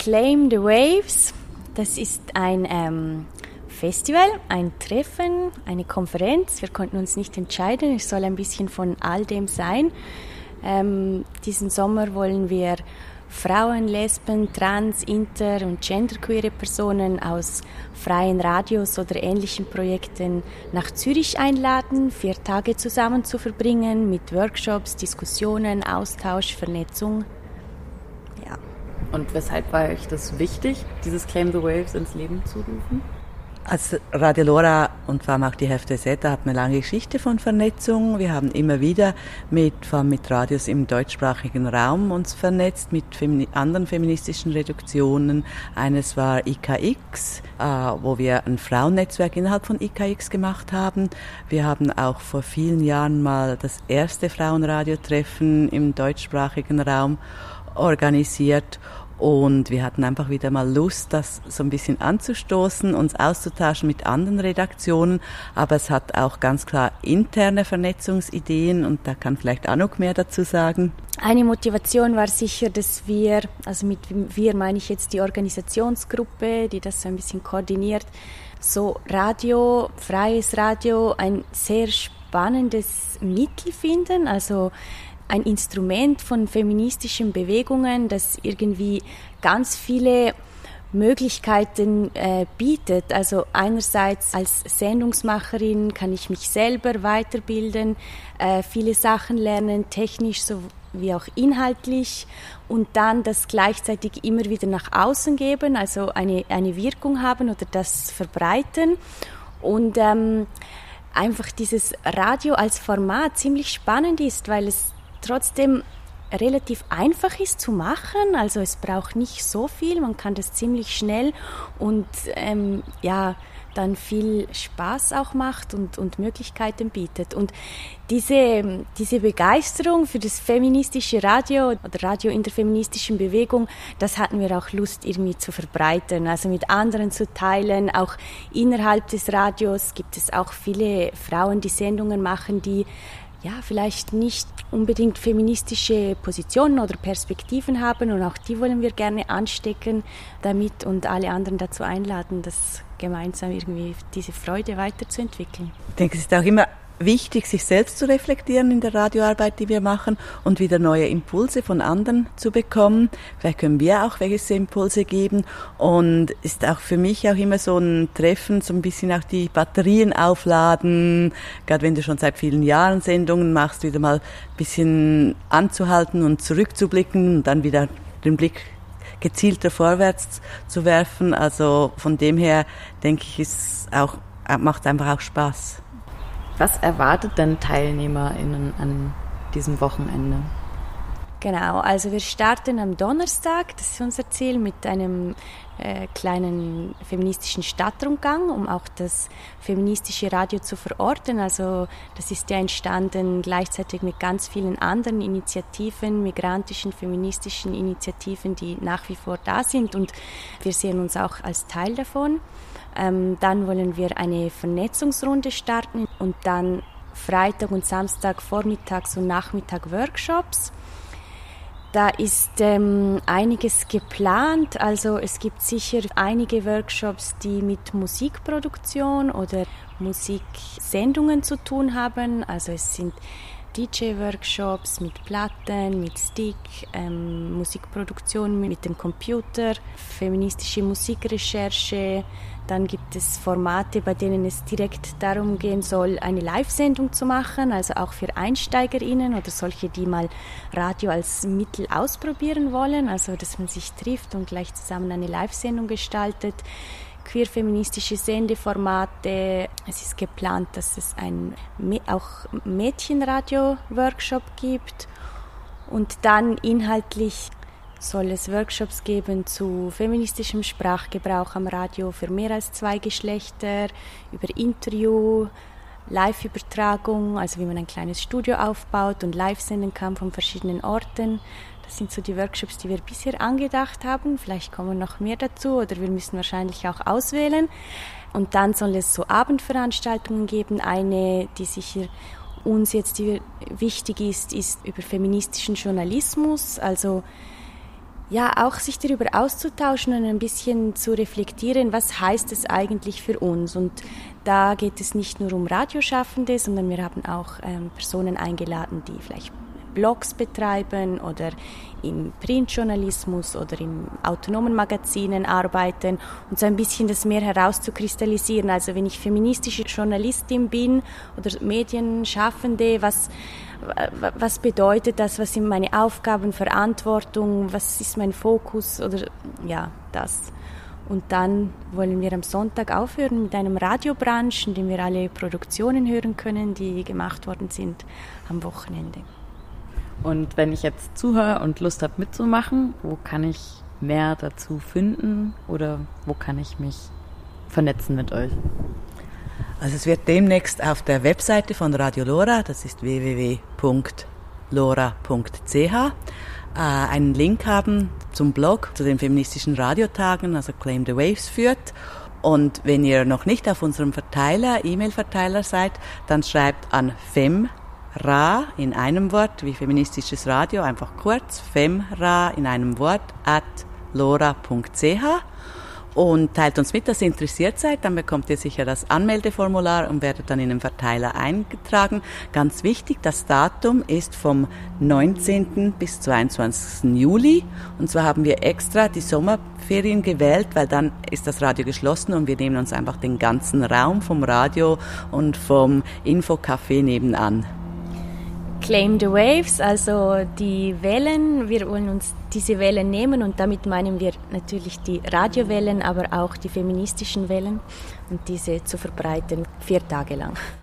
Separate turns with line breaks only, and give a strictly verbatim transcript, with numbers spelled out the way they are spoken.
Claim the Waves. Das ist ein ähm, Festival, ein Treffen, eine Konferenz. Wir konnten uns nicht entscheiden. Es soll ein bisschen von all dem sein. Ähm, diesen Sommer wollen wir Frauen, Lesben, Trans, Inter- und Genderqueere Personen aus freien Radios oder ähnlichen Projekten nach Zürich einladen, vier Tage zusammen zu verbringen mit Workshops, Diskussionen, Austausch, Vernetzung. Ja.
Und weshalb war euch das wichtig, dieses Claim the Waves ins Leben zu rufen?
Als Radio Lora und vor allem auch die Hälfte Z hat eine lange Geschichte von Vernetzung. Wir haben immer wieder mit, vor allem mit Radios im deutschsprachigen Raum uns vernetzt, mit femini- anderen feministischen Reduktionen. Eines war I K X, äh, wo wir ein Frauennetzwerk innerhalb von I K X gemacht haben. Wir haben auch vor vielen Jahren mal das erste Frauenradiotreffen im deutschsprachigen Raum organisiert. Und wir hatten einfach wieder mal Lust, das so ein bisschen anzustoßen, uns auszutauschen mit anderen Redaktionen. Aber es hat auch ganz klar interne Vernetzungsideen und da kann vielleicht Anouk mehr dazu sagen.
Eine Motivation war sicher, dass wir, also mit wir meine ich jetzt die Organisationsgruppe, die das so ein bisschen koordiniert, so Radio, freies Radio, ein sehr spannendes Mittel finden, also ein Instrument von feministischen Bewegungen, das irgendwie ganz viele Möglichkeiten äh, bietet. Also einerseits als Sendungsmacherin kann ich mich selber weiterbilden, äh, viele Sachen lernen, technisch sowie auch inhaltlich und dann das gleichzeitig immer wieder nach außen geben, also eine, eine Wirkung haben oder das verbreiten und ähm, einfach dieses Radio als Format ziemlich spannend ist, weil es trotzdem relativ einfach ist zu machen, also es braucht nicht so viel, man kann das ziemlich schnell und ähm, ja, dann viel Spaß auch macht und, und Möglichkeiten bietet. Und diese, diese Begeisterung für das feministische Radio oder Radio in der feministischen Bewegung, das hatten wir auch Lust irgendwie zu verbreiten, also mit anderen zu teilen. Auch innerhalb des Radios gibt es auch viele Frauen, die Sendungen machen, die ja, vielleicht nicht unbedingt feministische Positionen oder Perspektiven haben und auch die wollen wir gerne anstecken damit und alle anderen dazu einladen, das gemeinsam irgendwie diese Freude weiterzuentwickeln.
Ich denke, es ist auch immer wichtig, sich selbst zu reflektieren in der Radioarbeit, die wir machen und wieder neue Impulse von anderen zu bekommen. Vielleicht können wir auch welche Impulse geben und ist auch für mich auch immer so ein Treffen, so ein bisschen auch die Batterien aufladen, gerade wenn du schon seit vielen Jahren Sendungen machst, wieder mal ein bisschen anzuhalten und zurückzublicken und dann wieder den Blick gezielter vorwärts zu werfen. Also von dem her denke ich, ist auch, macht einfach auch Spaß.
Was erwartet denn TeilnehmerInnen an diesem Wochenende?
Genau, also wir starten am Donnerstag, das ist unser Ziel, mit einem äh, kleinen feministischen Stadtrundgang, um auch das feministische Radio zu verorten. Also das ist ja entstanden gleichzeitig mit ganz vielen anderen Initiativen, migrantischen, feministischen Initiativen, die nach wie vor da sind und wir sehen uns auch als Teil davon. Ähm, dann wollen wir eine Vernetzungsrunde starten und dann Freitag und Samstag vormittags und Nachmittag Workshops. Da ist ähm, einiges geplant, also es gibt sicher einige Workshops, die mit Musikproduktion oder Musiksendungen zu tun haben. Also es sind D J-Workshops mit Platten, mit Stick, ähm, Musikproduktion mit dem Computer, feministische Musikrecherche. Dann gibt es Formate, bei denen es direkt darum gehen soll, eine Live-Sendung zu machen, also auch für EinsteigerInnen oder solche, die mal Radio als Mittel ausprobieren wollen, also dass man sich trifft und gleich zusammen eine Live-Sendung gestaltet. Queer-feministische Sendeformate. Es ist geplant, dass es ein auch Mädchenradio-Workshop gibt und dann inhaltlich soll es Workshops geben zu feministischem Sprachgebrauch am Radio für mehr als zwei Geschlechter, über Interview, Live-Übertragung, also wie man ein kleines Studio aufbaut und live senden kann von verschiedenen Orten. Das sind so die Workshops, die wir bisher angedacht haben. Vielleicht kommen noch mehr dazu oder wir müssen wahrscheinlich auch auswählen. Und dann soll es so Abendveranstaltungen geben. Eine, die sicher uns jetzt die wichtig ist, ist über feministischen Journalismus, also Ja, auch sich darüber auszutauschen und ein bisschen zu reflektieren, was heißt es eigentlich für uns. Und da geht es nicht nur um Radioschaffende, sondern wir haben auch ähm, Personen eingeladen, die vielleicht Blogs betreiben oder im Printjournalismus oder in autonomen Magazinen arbeiten und so ein bisschen das mehr herauszukristallisieren. Also wenn ich feministische Journalistin bin oder Medienschaffende, was, was bedeutet das, was sind meine Aufgaben, Verantwortung, was ist mein Fokus oder ja, das. Und dann wollen wir am Sonntag aufhören mit einem Radiobrunch, in dem wir alle Produktionen hören können, die gemacht worden sind am Wochenende.
Und wenn ich jetzt zuhöre und Lust habe mitzumachen, wo kann ich mehr dazu finden oder wo kann ich mich vernetzen mit euch?
Also es wird demnächst auf der Webseite von Radio Lora, das ist w w w punkt lora punkt c h, äh, einen Link haben zum Blog, zu den feministischen Radiotagen, also Claim the Waves führt. Und wenn ihr noch nicht auf unserem Verteiler, E-Mail-Verteiler seid, dann schreibt an fem Ra in einem Wort, wie feministisches Radio, einfach kurz, femra in einem Wort, at lora punkt c h und teilt uns mit, dass ihr interessiert seid. Dann bekommt ihr sicher das Anmeldeformular und werdet dann in den Verteiler eingetragen. Ganz wichtig, das Datum ist vom neunzehnten bis zweiundzwanzigsten Juli. Und zwar haben wir extra die Sommerferien gewählt, weil dann ist das Radio geschlossen und wir nehmen uns einfach den ganzen Raum vom Radio und vom Infocafé nebenan.
Claim the Waves, also die Wellen. Wir wollen uns diese Wellen nehmen und damit meinen wir natürlich die Radiowellen, aber auch die feministischen Wellen und diese zu verbreiten, vier Tage lang.